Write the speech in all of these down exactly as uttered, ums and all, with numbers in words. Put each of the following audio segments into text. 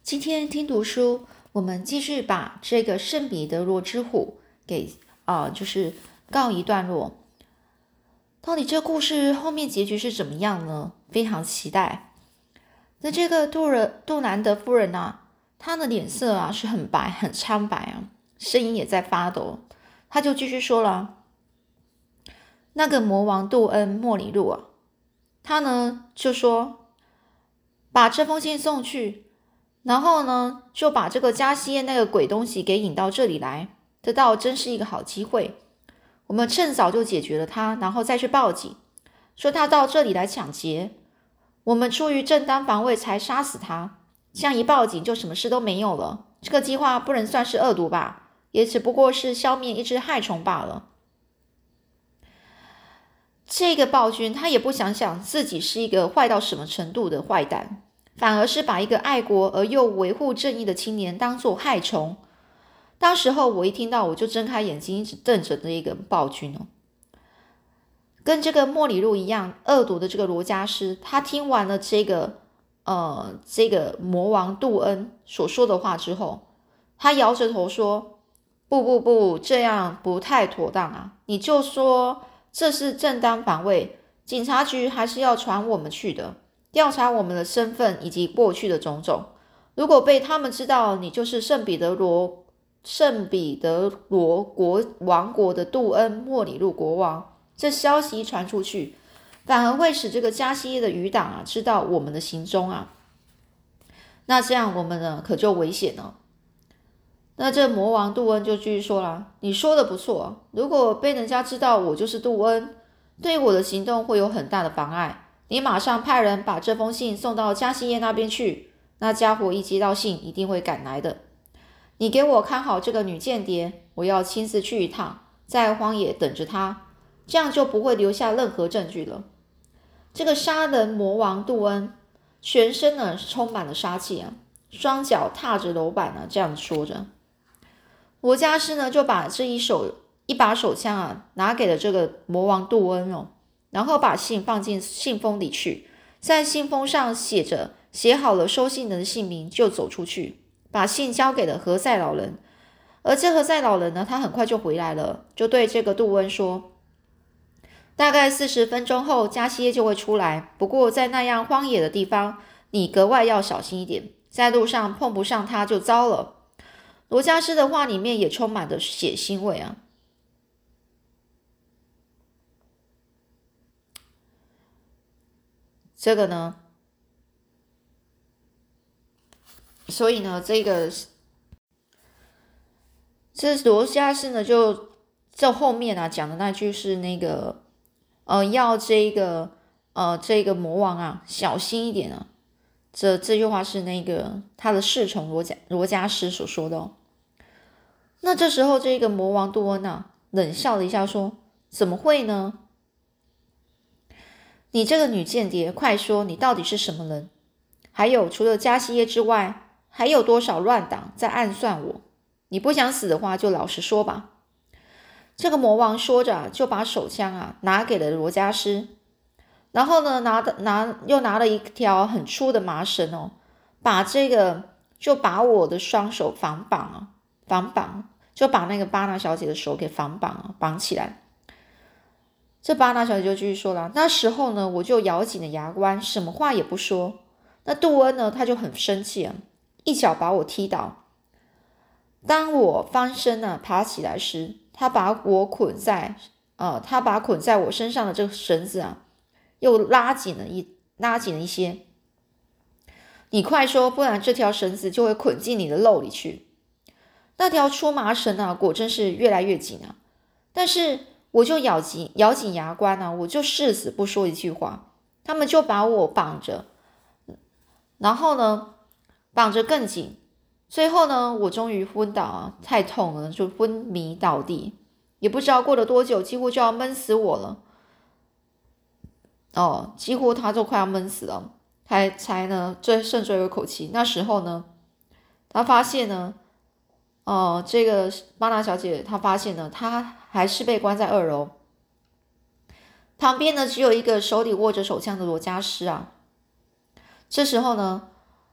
今天听读书，我们继续把这个圣彼得罗之虎给啊、呃，就是告一段落。到底这故事后面结局是怎么样呢？非常期待。那这个杜人杜兰德夫人啊，她的脸色啊是很白很苍白啊，声音也在发抖。她就继续说了，那个魔王杜恩莫里路啊，他呢就说把这封信送去。然后呢，就把这个加西耶那个鬼东西给引到这里来，这倒真是一个好机会。我们趁早就解决了他，然后再去报警，说他到这里来抢劫，我们出于正当防卫才杀死他。这样一报警就什么事都没有了。这个计划不能算是恶毒吧，也只不过是消灭一只害虫罢了。这个暴君他也不想想自己是一个坏到什么程度的坏蛋，反而是把一个爱国而又维护正义的青年当作害虫。当时候我一听到，我就睁开眼睛，一直瞪着这个暴君哦。跟这个莫里路一样恶毒的这个罗加斯，他听完了这个呃这个魔王杜恩所说的话之后，他摇着头说：“不不不，这样不太妥当啊！你就说这是正当防卫，警察局还是要传我们去的。”调查我们的身份以及过去的种种，如果被他们知道你就是圣彼得罗圣彼得罗国王国的杜恩莫里路国王，这消息一传出去，反而会使这个加西耶的余党啊知道我们的行踪啊，那这样我们呢可就危险了。那这魔王杜恩就继续说了，你说的不错，如果被人家知道我就是杜恩，对我的行动会有很大的妨碍。你马上派人把这封信送到加西耶那边去，那家伙一接到信一定会赶来的。你给我看好这个女间谍，我要亲自去一趟，在荒野等着她，这样就不会留下任何证据了。这个杀人魔王杜恩全身呢充满了杀气啊，双脚踏着楼板啊，这样说着。罗加斯呢就把这一手一把手枪啊拿给了这个魔王杜恩哦。然后把信放进信封里去，在信封上写着写好了收信人的姓名，就走出去，把信交给了何塞老人。而这何塞老人呢，他很快就回来了，就对这个杜恩说，大概四十分钟后加西耶就会出来，不过在那样荒野的地方，你格外要小心一点，在路上碰不上他就糟了。罗加斯的话里面也充满着血腥味啊。这个呢，所以呢，这个这罗加斯呢，就这后面啊讲的那句是那个呃，要这个呃这个魔王啊小心一点啊。这这句话是那个他的侍从罗加罗加斯所说的哦。那这时候这个魔王杜恩啊冷笑了一下说：“怎么会呢？你这个女间谍，快说你到底是什么人？还有除了加西耶之外，还有多少乱党在暗算我？你不想死的话，就老实说吧。”这个魔王说着，就把手枪啊拿给了罗加斯，然后呢，拿的拿又拿了一条很粗的麻绳哦，把这个就把我的双手反绑啊，反绑，就把那个巴拿小姐的手给反绑啊，绑起来。这巴拿小姐就继续说了，那时候呢，我就咬紧了牙关，什么话也不说。那杜恩呢，他就很生气啊，一脚把我踢倒。当我翻身呢，爬起来时，他把我捆在，呃，他把捆在我身上的这个绳子啊，又拉紧了一拉紧了一些。你快说，不然这条绳子就会捆进你的肉里去。那条粗麻绳啊，果真是越来越紧啊。但是我就咬紧咬紧牙关啊，我就誓死不说一句话。他们就把我绑着，然后呢，绑着更紧。最后呢，我终于昏倒啊，太痛了，就昏迷倒地。也不知道过了多久，几乎就要闷死我了。哦，几乎他就快要闷死了，才才呢，最剩最后一口气。那时候呢，他发现呢，哦，这个巴拿小姐，她发现呢，她还是被关在二楼，旁边呢只有一个手里握着手枪的罗加斯啊。这时候呢，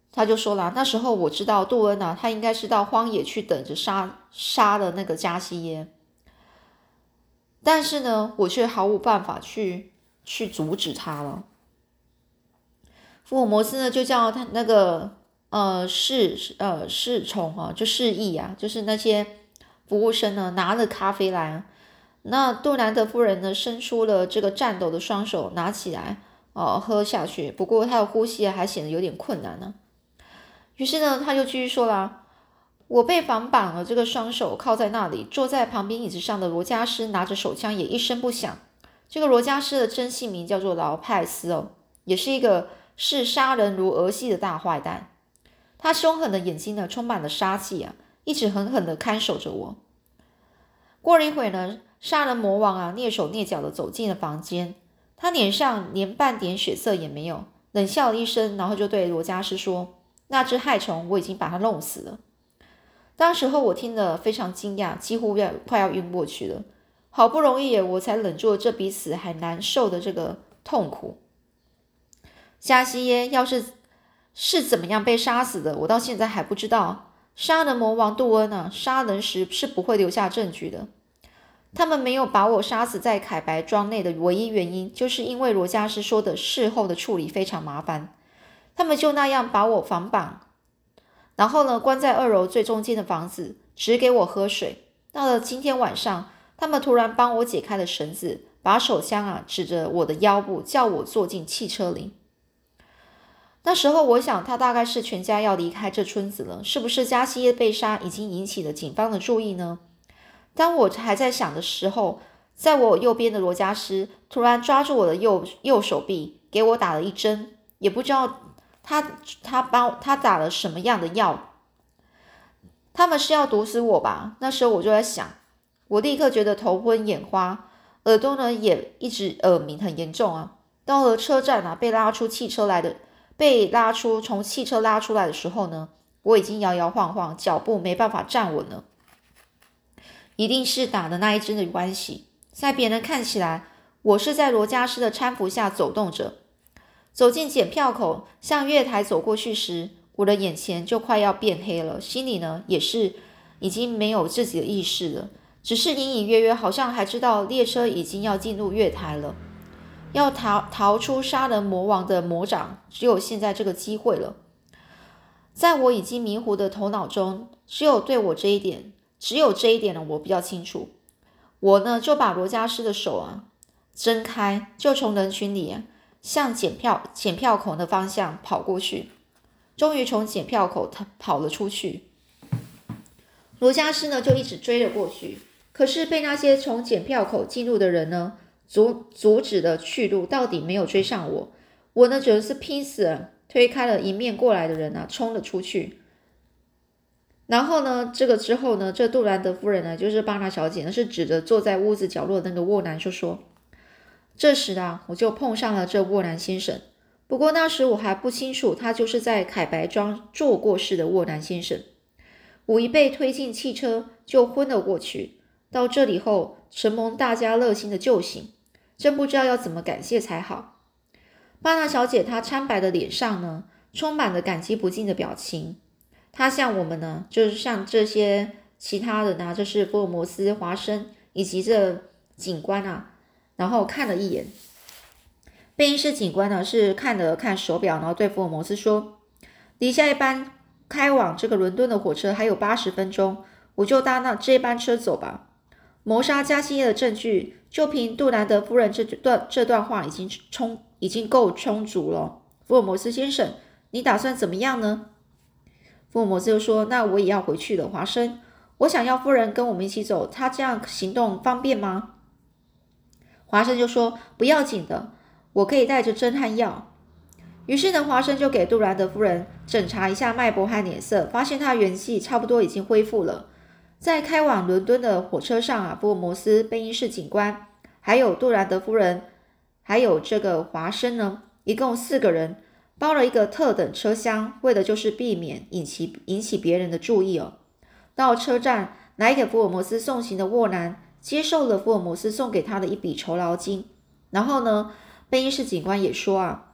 他就说了，那时候我知道杜恩啊，他应该是到荒野去等着杀杀了那个加西耶，但是呢，我却毫无办法去去阻止他了。福尔摩斯呢，就叫他那个呃侍呃侍从啊，就示意啊，就是那些服务生呢，拿了咖啡来。那杜兰德夫人呢，伸出了这个颤抖的双手，拿起来哦、呃、喝下去。不过她的呼吸还显得有点困难呢。于是呢，他就继续说啦：“我被绑绑了，这个双手靠在那里，坐在旁边椅子上的罗加斯拿着手枪也一声不响。这个罗加斯的真姓名叫做劳派斯哦，也是一个视杀人如儿戏的大坏蛋。他凶狠的眼睛呢，充满了杀气啊，一直狠狠的看守着我。过了一会呢，杀人魔王啊，蹑手蹑脚的走进了房间，他脸上连半点血色也没有，冷笑了一声，然后就对罗加斯说：“那只害虫我已经把它弄死了。”当时候我听得非常惊讶，几乎要快要晕过去了。好不容易我才忍住了这比死还难受的这个痛苦。加西耶要是是怎么样被杀死的，我到现在还不知道。杀人魔王杜恩啊，杀人时是不会留下证据的。他们没有把我杀死在凯白庄内的唯一原因，就是因为罗加斯说的事后的处理非常麻烦。他们就那样把我反绑，然后呢，关在二楼最中间的房子，只给我喝水。到了今天晚上，他们突然帮我解开了绳子，把手枪啊指着我的腰部，叫我坐进汽车里。那时候我想，他大概是全家要离开这村子了，是不是加西耶被杀已经引起了警方的注意呢？当我还在想的时候，在我右边的罗加斯突然抓住我的右右手臂，给我打了一针，也不知道他他帮他打了什么样的药。他们是要毒死我吧？那时候我就在想，我立刻觉得头昏眼花，耳朵呢也一直耳鸣很严重啊。到了车站啊，被拉出汽车来的。被拉出从汽车拉出来的时候呢，我已经摇摇晃晃，脚步没办法站稳了。一定是打的那一针的关系，在别人看起来，我是在罗加斯的搀扶下走动着。走进检票口，向月台走过去时，我的眼前就快要变黑了，心里呢也是已经没有自己的意识了，只是隐隐约约好像还知道列车已经要进入月台了。要逃逃出杀人魔王的魔掌，只有现在这个机会了。在我已经迷糊的头脑中，只有对我这一点，只有这一点呢，我比较清楚。我呢，就把罗加斯的手啊挣开，就从人群里、啊、向检票检票口的方向跑过去。终于从检票口跑了出去。罗加斯呢，就一直追了过去，可是被那些从检票口进入的人呢。阻阻止了去路，到底没有追上我。我呢，只是拼死了，推开了迎面过来的人啊，冲了出去。然后呢，这个之后呢，这杜兰德夫人呢，就是巴拿小姐呢，是指着坐在屋子角落的那个沃南就说：“这时啊，我就碰上了这沃南先生。不过那时我还不清楚，他就是在凯白庄做过事的沃南先生。我一被推进汽车，就昏了过去。到这里后，承蒙大家热心的救醒。”真不知道要怎么感谢才好。巴拿小姐她苍白的脸上呢，充满了感激不尽的表情。她向我们呢，就是向这些其他人啊，就是福尔摩斯、华生以及这警官啊，然后看了一眼。贝因斯警官呢是看了看手表，然后对福尔摩斯说：“离下一班开往这个伦敦的火车还有八十分钟，我就搭那这班车走吧。谋杀加西耶的证据。”就凭杜兰德夫人这段这段话已经充已经够充足了。福尔摩斯先生，你打算怎么样呢？福尔摩斯就说：“那我也要回去了，华生，我想要夫人跟我们一起走，她这样行动方便吗？”华生就说：“不要紧的，我可以带着针和药。”于是呢，华生就给杜兰德夫人检查一下脉搏和脸色，发现她元气差不多已经恢复了。在开往伦敦的火车上啊，福尔摩斯、贝因士警官，还有杜兰德夫人，还有这个华生呢，一共四个人，包了一个特等车厢，为的就是避免引起引起别人的注意哦。到车站，来给福尔摩斯送行的沃南接受了福尔摩斯送给他的一笔酬劳金。然后呢，贝因士警官也说啊，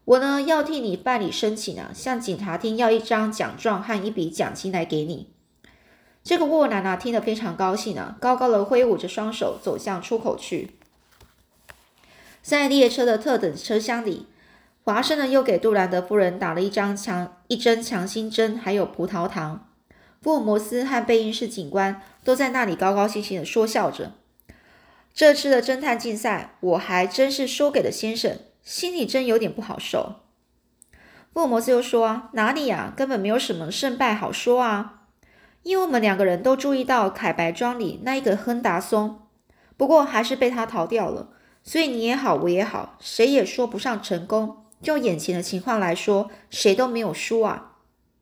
我呢要替你办理申请啊，向警察厅要一张奖状和一笔奖金来给你。”这个沃南啊听得非常高兴啊，高高的挥舞着双手走向出口去。在列车的特等车厢里，华生呢又给杜兰德夫人打了一张强一针强心针，还有葡萄糖。福尔摩斯和贝因士警官都在那里高高兴兴的说笑着。这次的侦探竞赛，我还真是输给了先生，心里真有点不好受。福尔摩斯又说啊，哪里啊，根本没有什么胜败好说啊。因为我们两个人都注意到凯白庄里那一个亨达松，不过还是被他逃掉了，所以你也好，我也好，谁也说不上成功。就眼前的情况来说，谁都没有输啊。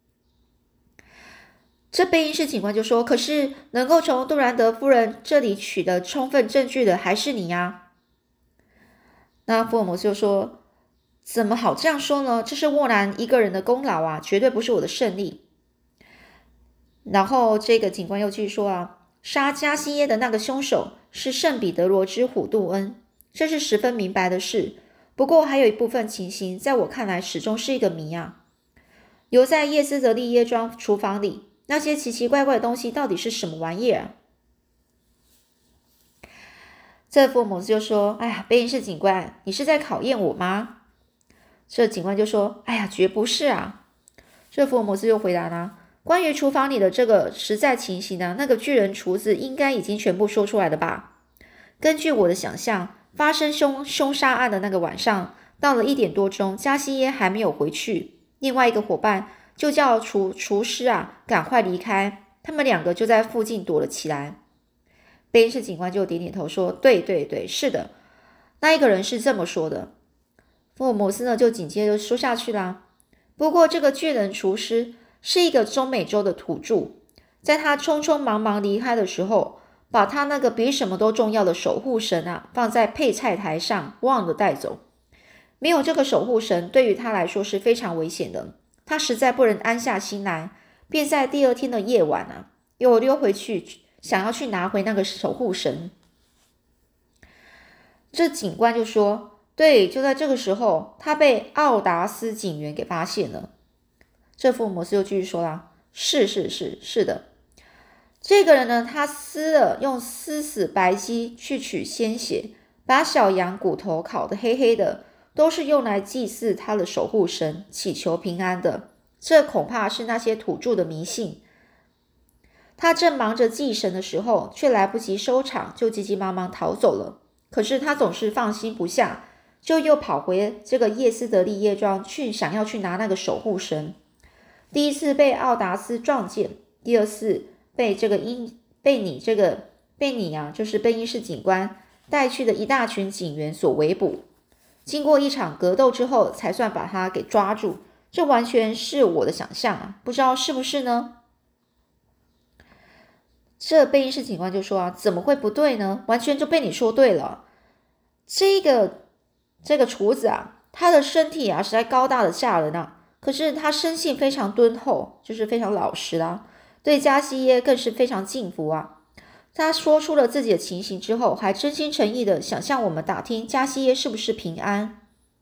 这贝因士警官就说，可是能够从杜兰德夫人这里取得充分证据的还是你呀。那福尔摩斯就说，怎么好这样说呢？这是沃南一个人的功劳啊，绝对不是我的胜利。然后这个警官又继续说啊，杀加西耶的那个凶手是圣彼得罗之虎杜恩，这是十分明白的事。不过还有一部分情形在我看来始终是一个谜啊。留在叶斯德利耶庄厨房里那些奇奇怪怪的东西到底是什么玩意儿？这福尔摩斯就说，哎呀，贝因士警官，你是在考验我吗？这警官就说，哎呀，绝不是啊。这福尔摩斯就回答了，关于厨房里的这个实在情形呢，那个巨人厨子应该已经全部说出来了吧？根据我的想象，发生凶凶杀案的那个晚上，到了一点多钟，加西耶还没有回去，另外一个伙伴就叫厨厨师啊赶快离开，他们两个就在附近躲了起来。贝因士警官就点点头说，对对对，是的，那一个人是这么说的。福尔摩斯呢就紧接着说下去啦，不过这个巨人厨师是一个中美洲的土著，在他匆匆忙忙离开的时候，把他那个比什么都重要的守护神啊放在配菜台上，忘了带走。没有这个守护神，对于他来说是非常危险的，他实在不能安下心来，便在第二天的夜晚啊，又溜回去，想要去拿回那个守护神。这警官就说，对，就在这个时候，他被奥达斯警员给发现了。这福尔摩斯又继续说啦，是是是是的，这个人呢，他撕了用撕死白鸡去取鲜血，把小羊骨头烤得黑黑的，都是用来祭祀他的守护神，祈求平安的。这恐怕是那些土著的迷信。他正忙着祭神的时候，却来不及收场，就急急忙忙逃走了。可是他总是放心不下，就又跑回这个叶斯德利耶庄去，想要去拿那个守护神。第一次被奥达斯撞见，第二次被这个因被你这个被你啊，就是贝因士警官带去的一大群警员所围捕。经过一场格斗之后，才算把他给抓住。这完全是我的想象啊，不知道是不是呢？这贝因士警官就说啊，怎么会不对呢？完全就被你说对了。这个这个厨子啊，他的身体啊实在高大的吓人啊，可是他生性非常敦厚，就是非常老实啊，对加西耶更是非常敬服啊。他说出了自己的情形之后，还真心诚意的想向我们打听加西耶是不是平安。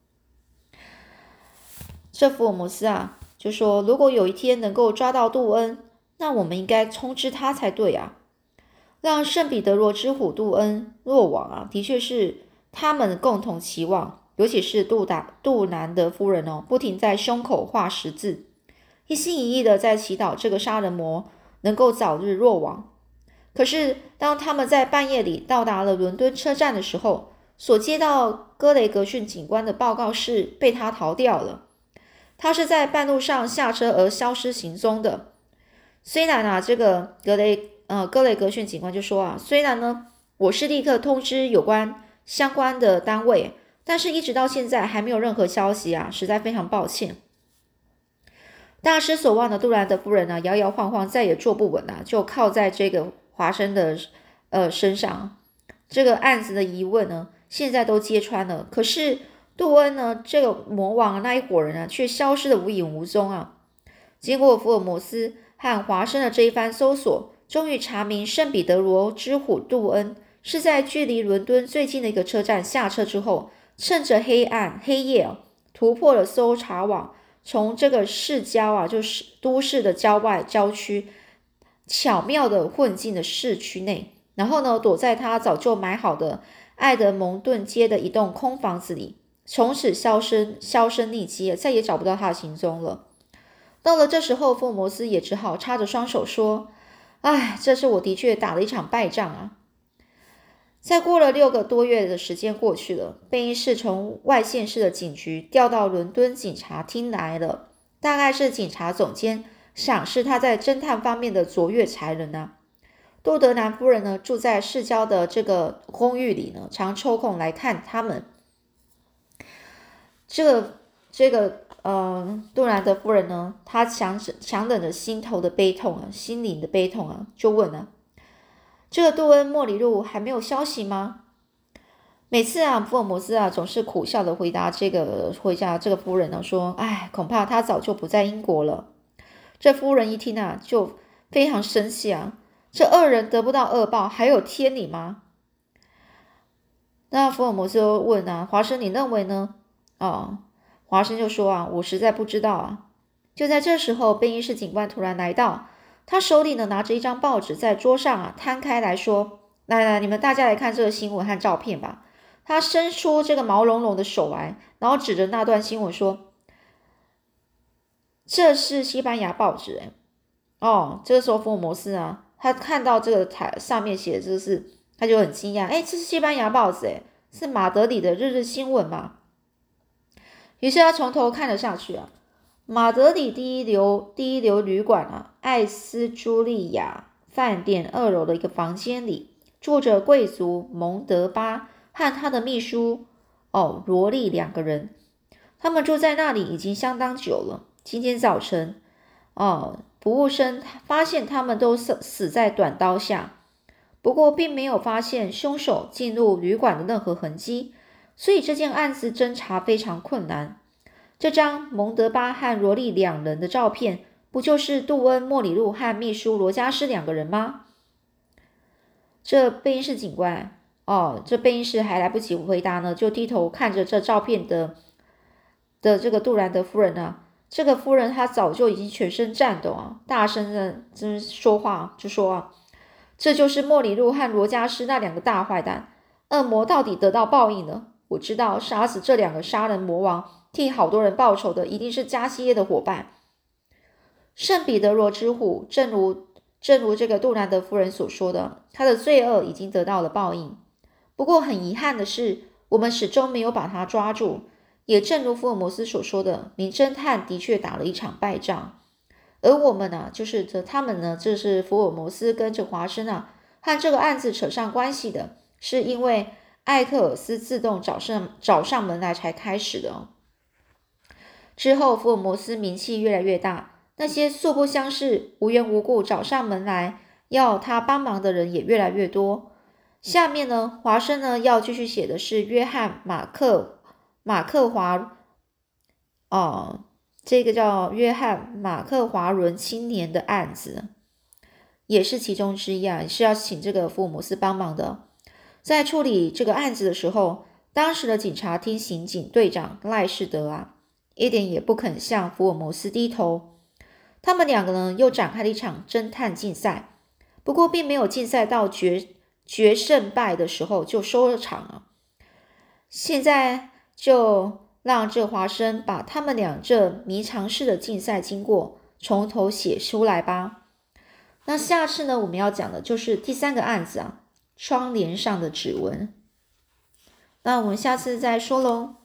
这福尔摩斯啊就说，如果有一天能够抓到杜恩，那我们应该通知他才对啊。让圣彼得罗之虎杜恩落网啊，的确是他们共同期望，尤其是杜达杜南德夫人哦，不停在胸口画十字，一心一意的在祈祷这个杀人魔能够早日落网。可是当他们在半夜里到达了伦敦车站的时候，所接到格雷格逊警官的报告是被他逃掉了，他是在半路上下车而消失行踪的。虽然啊，这个格雷呃格雷格逊警官就说啊，虽然呢我是立刻通知有关相关的单位，但是一直到现在还没有任何消息啊，实在非常抱歉。大失所望的杜兰德夫人呢，摇摇晃晃，再也坐不稳啊，就靠在这个华生的呃身上。这个案子的疑问呢，现在都揭穿了。可是杜恩呢，这个魔王那一伙人啊，却消失得无影无踪啊。经过福尔摩斯和华生的这一番搜索，终于查明圣彼得罗之虎杜恩是在距离伦敦最近的一个车站下车之后，趁着黑暗黑夜、啊、 突破了搜查网，从这个市郊啊，就是都市的郊外郊区，巧妙的混进了市区内，然后呢，躲在他早就买好的爱德蒙顿街的一栋空房子里，从此销声销声匿迹，再也找不到他的行踪了。到了这时候，福尔摩斯也只好插着双手说：“哎，这次我的确打了一场败仗啊。”再过了六个多月的时间过去了，贝因士从外县市的警局调到伦敦警察厅来了，大概是警察总监赏识他在侦探方面的卓越才能啊。杜德南夫人呢，住在市郊的这个公寓里呢，常抽空来看他们。这个这个呃，杜兰德夫人呢，她强强忍着心头的悲痛啊，心灵的悲痛啊，就问啊。这个杜恩·莫里路还没有消息吗？每次啊，福尔摩斯啊总是苦笑的回答这个回答这个夫人呢，说：“哎，恐怕他早就不在英国了。”这夫人一听啊，就非常生气啊，这恶人得不到恶报，还有天理吗？那福尔摩斯就问啊，华生，你认为呢？哦，华生就说啊，我实在不知道啊。就在这时候，贝因士警官突然来到。他手里呢拿着一张报纸，在桌上啊摊开来说：“来来，你们大家来看这个新闻和照片吧。”他伸出这个毛茸茸的手来，然后指着那段新闻说：“这是西班牙报纸。”哎，哦，这个时候福尔摩斯啊，他看到这个台上面写的这是，他就很惊讶：“哎，这是西班牙报纸，哎，是马德里的日日新闻嘛？”于是他从头看了下去啊。马德里第一流第一流旅馆啊，艾斯朱利亚饭店二楼的一个房间里，住着贵族蒙德巴和他的秘书哦罗莉两个人。他们住在那里已经相当久了。今天早晨，哦，服务生发现他们都死死在短刀下，不过并没有发现凶手进入旅馆的任何痕迹，所以这件案子侦查非常困难。这张蒙德巴和罗莉两人的照片，不就是杜恩·莫里路和秘书罗加斯两个人吗？这贝因士警官，哦，这贝因士还来不及回答呢，就低头看着这照片的的这个杜兰德夫人啊。这个夫人她早就已经全身颤抖啊，大声的真说话，就说啊，这就是莫里路和罗加斯那两个大坏蛋，恶魔到底得到报应了。我知道杀死这两个杀人魔王，替好多人报仇的一定是加西耶的伙伴圣彼得罗之虎。正如正如这个杜兰德夫人所说的，他的罪恶已经得到了报应。不过很遗憾的是，我们始终没有把他抓住。也正如福尔摩斯所说的，名侦探的确打了一场败仗。而我们呢、啊，就是这他们呢，这是福尔摩斯跟着华生啊，和这个案子扯上关系的，是因为艾克尔斯自动找上找上门来才开始的哦。之后，福尔摩斯名气越来越大，那些素不相识、无缘无故找上门来要他帮忙的人也越来越多。下面呢，华生呢要继续写的是约翰马克马克华哦，这个叫约翰马克华伦青年的案子，也是其中之一啊，是要请这个福尔摩斯帮忙的。在处理这个案子的时候，当时的警察厅刑警队长赖士德啊，一点也不肯向福尔摩斯低头。他们两个人又展开了一场侦探竞赛，不过并没有竞赛到决决胜败的时候就收了场啊。现在就让这华生把他们俩这迷藏式的竞赛经过从头写出来吧。那下次呢，我们要讲的就是第三个案子啊，窗帘上的指纹。那我们下次再说喽。